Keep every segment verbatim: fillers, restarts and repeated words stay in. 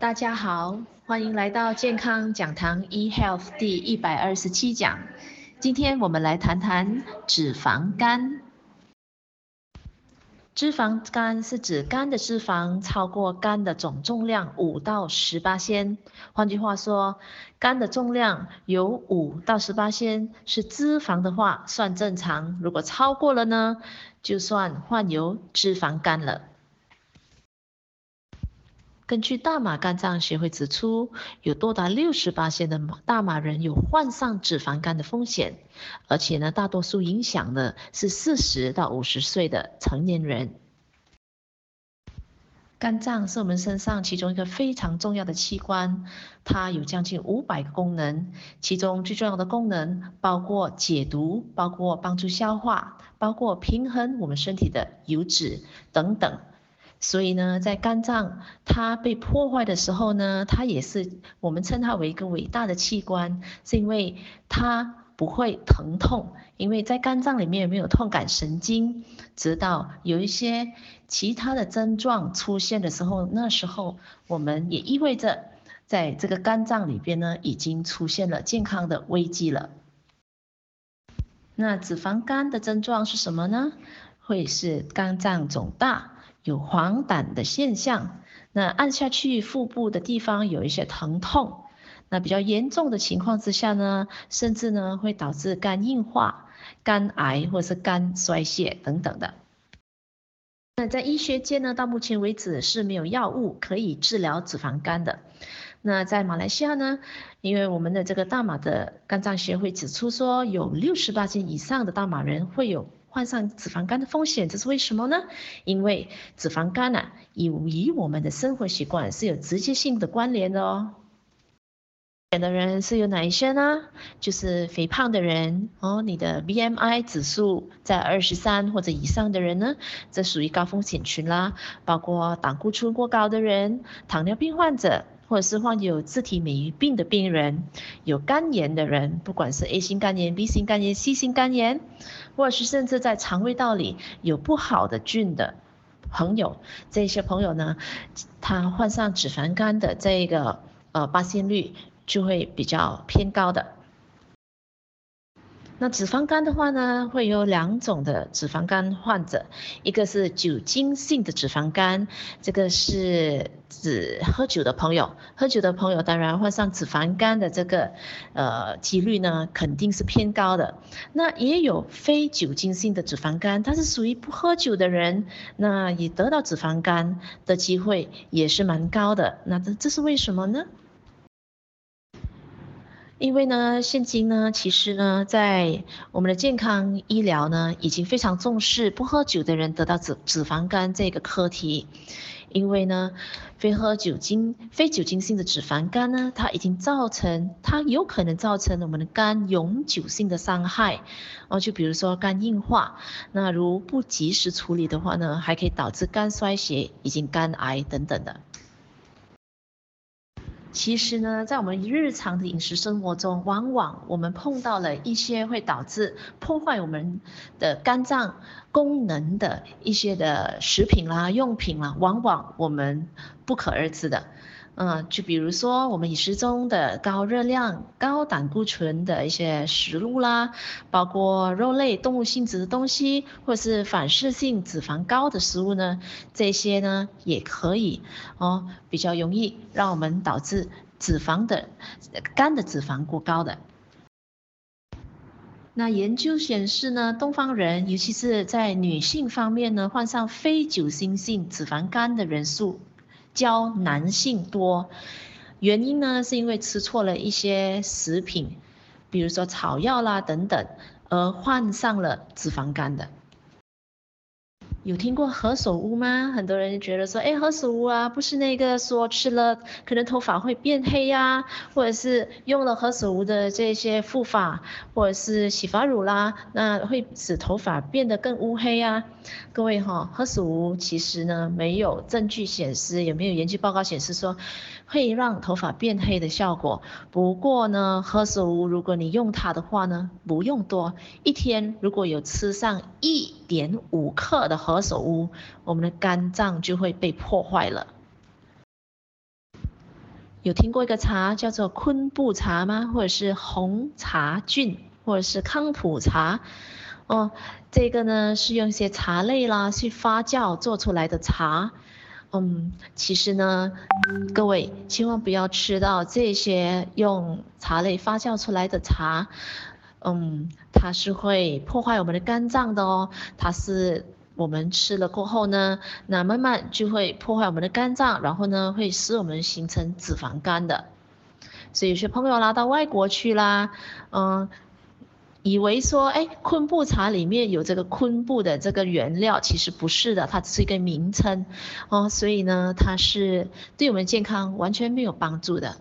大家好，欢迎来到健康讲堂 eHealth 第一百二十七讲。今天我们来谈谈脂肪肝。脂肪肝是指肝的脂肪超过肝的总重量五到十八千。换句话说，肝的重量有五到十八千是脂肪的话算正常，如果超过了呢，就算患有脂肪肝了。根据大马肝脏协会指出，有多达六十八%的大马人有患上脂肪肝的风险，而且呢，大多数影响的是四十到五十岁的成年人。肝脏是我们身上其中一个非常重要的器官，它有将近五百个功能，其中最重要的功能包括解毒，包括帮助消化，包括平衡我们身体的油脂等等。所以呢，在肝脏它被破坏的时候呢，它也是我们称它为一个伟大的器官，是因为它不会疼痛，因为在肝脏里面没有痛感神经，直到有一些其他的症状出现的时候，那时候我们也意味着在这个肝脏里边呢，已经出现了健康的危机了。那脂肪肝的症状是什么呢？会是肝脏肿大，有黄疸的现象，那按下去腹部的地方有一些疼痛，那比较严重的情况之下呢，甚至呢会导致肝硬化、肝癌或者是肝衰竭等等的。那在医学界呢，到目前为止是没有药物可以治疗脂肪肝的。那在马来西亚呢，因为我们的这个大马的肝脏协会指出说，有六十八斤以上的大马人会有患上脂肪肝的风险，这是为什么呢？因为脂肪肝啊，与我们的生活习惯是有直接性的关联的哦。的人是有哪一些呢？就是肥胖的人哦，你的 B M I 指数在二十三或者以上的人呢，这属于高风险群啦。包括胆固醇过高的人、糖尿病患者，或者是患有自体免疫病的病人，有肝炎的人，不管是 A 型肝炎、B 型肝炎、C 型肝炎，或者是甚至在肠胃道里有不好的菌的朋友，这些朋友呢，他患上脂肪肝的这个呃发现率就会比较偏高的。那脂肪肝的话呢，会有两种的脂肪肝患者，一个是酒精性的脂肪肝，这个是指喝酒的朋友，喝酒的朋友当然患上脂肪肝的这个呃几率呢肯定是偏高的。那也有非酒精性的脂肪肝，它是属于不喝酒的人，那也得到脂肪肝的机会也是蛮高的。那这这是为什么呢？因为呢，现今呢，其实呢，在我们的健康医疗呢，已经非常重视不喝酒的人得到脂脂肪肝这个课题。因为呢，非喝酒精、非酒精性的脂肪肝呢，它已经造成，它有可能造成我们的肝永久性的伤害。哦，就比如说肝硬化，那如不及时处理的话呢，还可以导致肝衰竭以及肝癌等等的。其实呢，在我们日常的饮食生活中，往往我们碰到了一些会导致破坏我们的肝脏功能的一些的食品啦、用品啦，往往我们不可而知的。嗯，就比如说我们饮食中的高热量、高胆固醇的一些食物啦，包括肉类、动物性质的东西，或者是反式性脂肪高的食物呢，这些呢也可以哦，比较容易让我们导致脂肪的肝的脂肪过高的。那研究显示呢，东方人，尤其是在女性方面呢，患上非酒精性脂肪肝的人数较男性多。原因呢，是因为吃错了一些食品，比如说草药啦等等，而患上了脂肪肝的。有听过何首乌吗？很多人觉得说，哎，何首乌啊，不是那个说吃了可能头发会变黑呀、啊，或者是用了何首乌的这些护发或者是洗发乳啦，那会使头发变得更乌黑啊。各位哈、哦，何首乌其实呢没有证据显示，也没有研究报告显示说会让头发变黑的效果。不过呢，何首乌如果你用它的话呢，不用多，一天如果有吃上一点五克的何首乌，我们的肝脏就会被破坏了。 有听过一个茶叫做昆布茶吗？或者是红茶菌，或者是康普茶？哦，这个呢是用一些茶类啦去发酵做出来的茶。嗯，其实呢，各位千万不要吃到这些用茶类发酵出来的茶，嗯，它是会破坏我们的肝脏的哦。它是我们吃了过后呢，那慢慢就会破坏我们的肝脏，然后呢会使我们形成脂肪肝的。所以有些朋友啦到外国去啦，嗯。以为说，哎，昆布茶里面有这个昆布的这个原料，其实不是的，它只是一个名称哦，所以呢，它是对我们健康完全没有帮助的。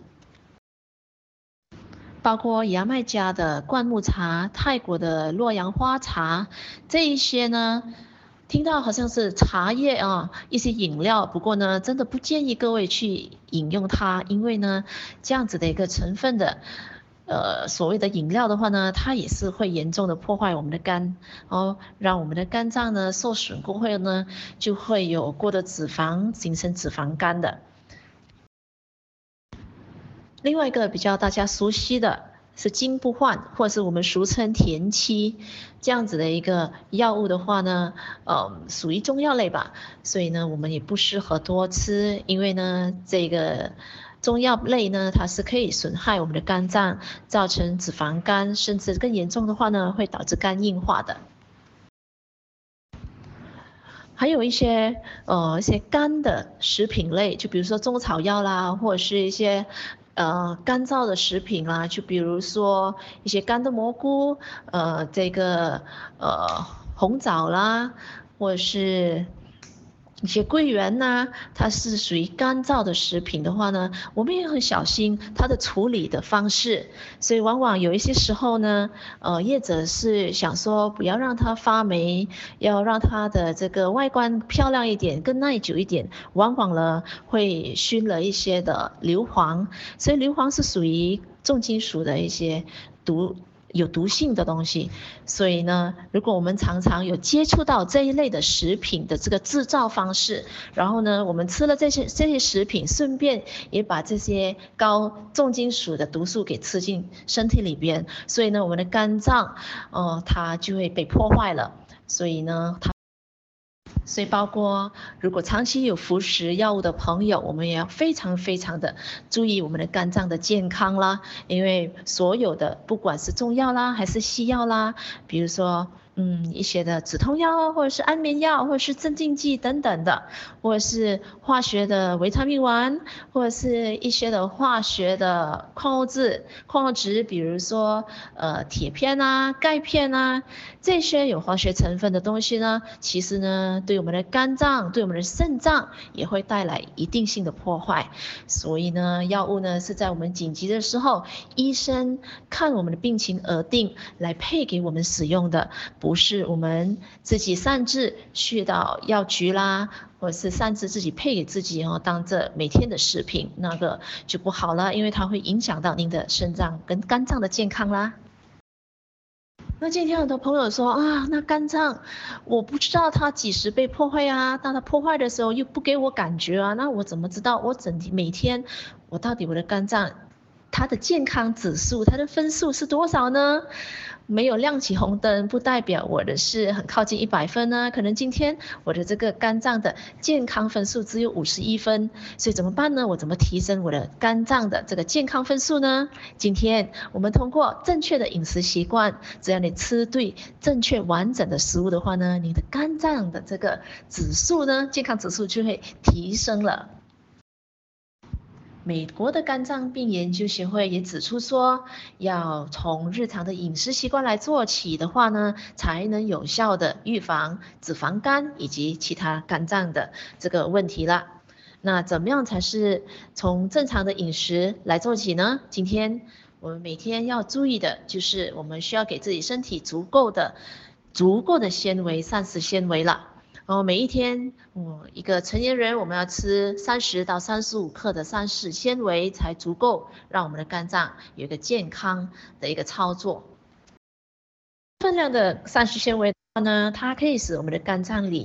包括牙买加的灌木茶、泰国的洛阳花茶这一些呢，听到好像是茶叶啊，一些饮料，不过呢，真的不建议各位去饮用它，因为呢，这样子的一个成分的。呃，所谓的饮料的话呢，它也是会严重的破坏我们的肝，哦，让我们的肝脏呢受损过后呢，就会有过多脂肪形成脂肪肝的。另外一个比较大家熟悉的是金不换，或是我们俗称田七这样子的一个药物的话呢，呃，属于中药类吧，所以呢，我们也不适合多吃，因为呢，这个中药类呢，它是可以损害我们的肝脏，造成脂肪肝，甚至更严重的话呢，会导致肝硬化的。还有一些呃一些干的食品类，就比如说中草药啦，或者是一些呃干燥的食品啦，就比如说一些干的蘑菇，呃这个呃红枣啦，或者是一些桂圆呐、它是属于干燥的食品的话呢，我们也很小心它的处理的方式，所以往往有一些时候呢，呃，业者是想说不要让它发霉，要让它的这个外观漂亮一点，更耐久一点，往往呢会熏了一些的硫磺，所以硫磺是属于重金属的一些毒。有毒性的东西，所以呢，如果我们常常有接触到这一类的食品的这个制造方式，然后呢，我们吃了这些这些食品，顺便也把这些高重金属的毒素给吃进身体里边，所以呢，我们的肝脏，呃，它就会被破坏了，所以呢，它。所以，包括如果长期有服食药物的朋友，我们也要非常非常的注意我们的肝脏的健康啦。因为所有的不管是中药啦，还是西药啦，比如说嗯一些的止痛药，或者是安眠药，或者是镇静剂等等的，或者是化学的维他命丸，或者是一些的化学的矿物质、矿物质，比如说呃铁片啊、钙片啊。这些有化学成分的东西呢，其实呢，对我们的肝脏、对我们的肾脏也会带来一定性的破坏。所以呢，药物呢是在我们紧急的时候，医生看我们的病情而定，来配给我们使用的，不是我们自己擅自去到药局啦，或者是擅自自己配给自己哦，当这每天的食品，那个就不好了，因为它会影响到您的肾脏跟肝脏的健康啦。那今天很多朋友说啊，那肝脏我不知道它几时被破坏啊，当它破坏的时候又不给我感觉啊，那我怎么知道我整天每天我到底我的肝脏它的健康指数它的分数是多少呢？没有亮起红灯，不代表我的是很靠近一百分呢。可能今天我的这个肝脏的健康分数只有五十一分，所以怎么办呢？我怎么提升我的肝脏的这个健康分数呢？今天我们通过正确的饮食习惯，只要你吃对正确完整的食物的话呢，你的肝脏的这个指数呢，健康指数就会提升了。美国的肝脏病研究协会也指出说，要从日常的饮食习惯来做起的话呢，才能有效的预防脂肪肝以及其他肝脏的这个问题了。那怎么样才是从正常的饮食来做起呢？今天我们每天要注意的就是，我们需要给自己身体足够的、足够的纤维、膳食纤维了。然后每一天，嗯，一个成年人我们要吃三十到三十五克的膳食纤维才足够，让我们的肝脏有一个健康的一个操作。分量的膳食纤维呢，它可以使我们的肝脏里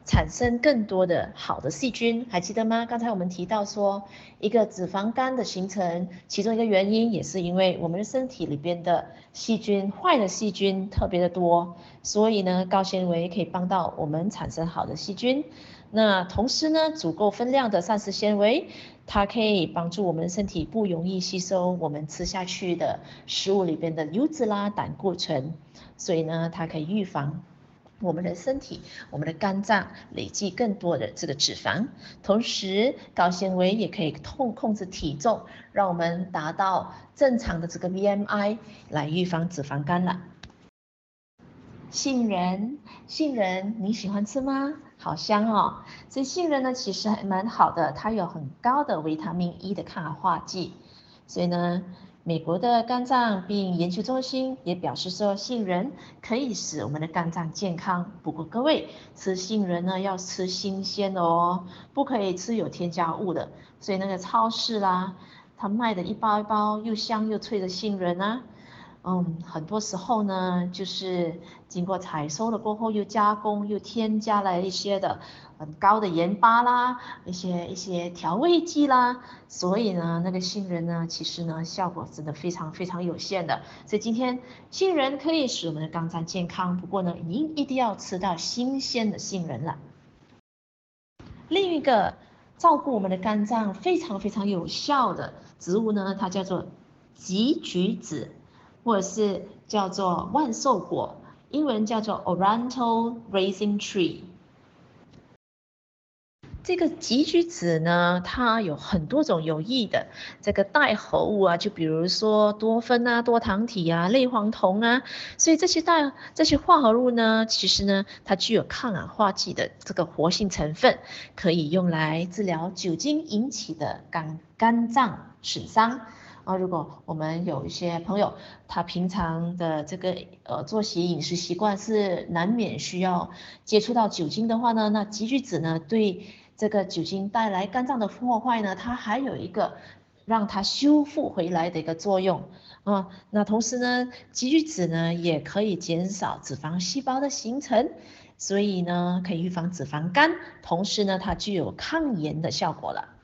产生更多的好的细菌，还记得吗？刚才我们提到说，一个脂肪肝的形成，其中一个原因也是因为我们的身体里边的细菌，坏的细菌特别的多，所以呢，高纤维可以帮到我们产生好的细菌。那同时呢，足够分量的膳食纤维，它可以帮助我们身体不容易吸收我们吃下去的食物里边的油脂啦、胆固醇，所以呢，它可以预防我们的身体、我们的肝脏累积更多的这个脂肪。同时，高纤维也可以控控制体重，让我们达到正常的这个 B M I， 来预防脂肪肝了。杏仁，杏仁你喜欢吃吗？好香哦！这杏仁呢，其实还蛮好的，它有很高的维他命 E 的抗氧化剂。所以呢，美国的肝脏病研究中心也表示说，杏仁可以使我们的肝脏健康。不过各位，吃杏仁呢要吃新鲜的哦，不可以吃有添加物的。所以那个超市啦，它卖的一包一包又香又脆的杏仁啊。嗯，很多时候呢，就是经过采收了过后，又加工，又添加了一些的很高的盐巴啦，一些一些调味剂啦，所以呢，那个杏仁呢，其实呢，效果真的非常非常有限的。所以今天杏仁可以使我们的肝脏健康，不过呢，您一定要吃到新鲜的杏仁了。另一个照顾我们的肝脏非常非常有效的植物呢，它叫做桔橘子。或者是叫做万寿果，英文叫做 Oriental Raisin Tree。这个桔橘子呢，它有很多种有益的这个代合物啊，就比如说多酚啊、多糖体啊、类黄酮啊，所以这些代这些化合物呢，其实呢，它具有抗氧化剂的这个活性成分，可以用来治疗酒精引起的肝肝脏损伤。啊，如果我们有一些朋友，他平常的这个呃作息饮食习惯是难免需要接触到酒精的话呢，那桔橘子呢对这个酒精带来肝脏的破坏呢，它还有一个让它修复回来的一个作用啊。那同时呢，桔橘子呢也可以减少脂肪细胞的形成，所以呢可以预防脂肪肝，同时呢它具有抗炎的效果了。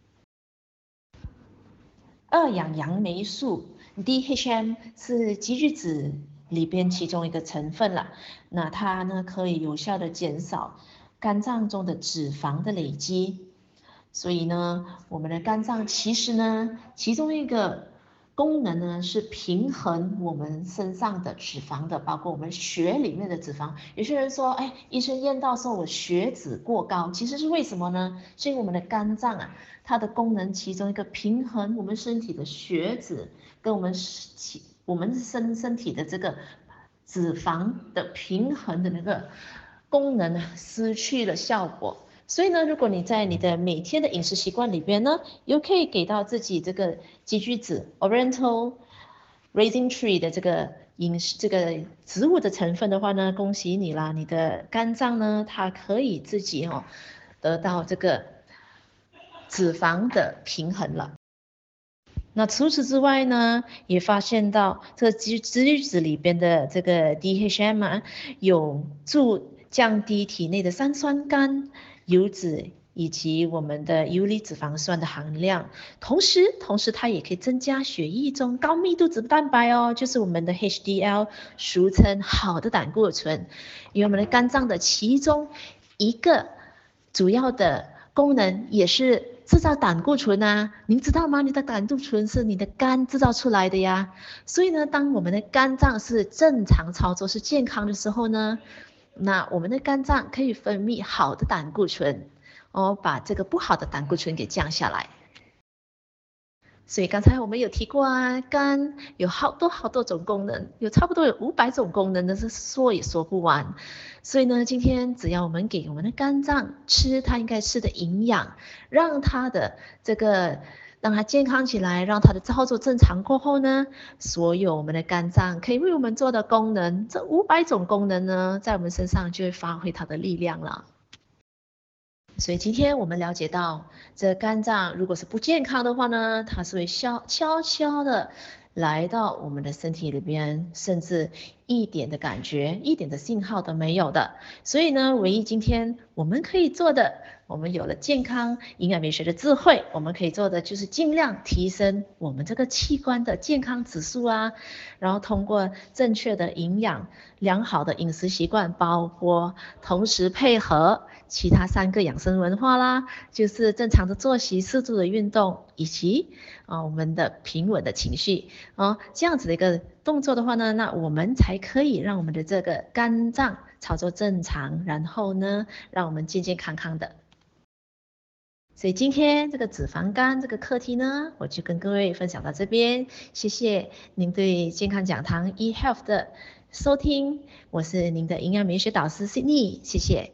二氧杨霉素 D H M 是桔橘子里边其中一个成分了，那它呢可以有效的减少肝脏中的脂肪的累积，所以呢，我们的肝脏其实呢，其中一个功能呢是平衡我们身上的脂肪的，包括我们血里面的脂肪。有些人说，哎，医生验到说我血脂过高，其实是为什么呢？是因为我们的肝脏啊，它的功能其中一个平衡我们身体的血脂跟我们我们身身体的这个脂肪的平衡的那个功能啊失去了效果。所以呢，如果你在你的每天的饮食习惯里边呢，又可以给到自己这个桔橘子 Oriental Raisin Tree 的这个饮食这个植物的成分的话呢，恭喜你啦，你的肝脏呢，它可以自己哦得到这个脂肪的平衡了。那除此之外呢，也发现到这个橘橘子里边的这个 D H M 啊，有助降低体内的三酸甘油脂以及我们的游离脂肪酸的含量，同时，同时它也可以增加血液中高密度脂蛋白哦，就是我们的 H D L，俗称好的胆固醇，因为我们的肝脏的其中一个主要的功能也是制造胆固醇啊，您知道吗？你的胆固醇是你的肝制造出来的呀。所以呢，当我们的肝脏是正常操作、是健康的时候呢，那我们的肝脏可以分泌好的胆固醇，哦，把这个不好的胆固醇给降下来。所以刚才我们有提过啊，肝有好多好多种功能，有差不多有五百种功能的，是说也说不完。所以呢，今天只要我们给我们的肝脏吃它应该吃的营养，让它的这个让它健康起来，让它的操作正常过后呢，所有我们的肝脏可以为我们做的功能，这五百种功能呢，在我们身上就会发挥它的力量了。所以今天我们了解到，这肝脏如果是不健康的话呢，它是会悄悄悄的来到我们的身体里边，甚至一点的感觉、一点的信号都没有的。所以呢，唯一今天我们可以做的，我们有了健康营养美学的智慧，我们可以做的就是尽量提升我们这个器官的健康指数啊，然后通过正确的营养、良好的饮食习惯，包括同时配合其他三个养生文化啦，就是正常的作息、适度的运动，以及啊我们的平稳的情绪啊，这样子的一个动作的话呢，那我们才可以让我们的这个肝脏操作正常，然后呢，让我们健健康康的。所以今天这个脂肪肝这个课题呢，我就跟各位分享到这边，谢谢您对健康讲堂 eHealth 的收听，我是您的营养美学导师 Sydney，谢谢。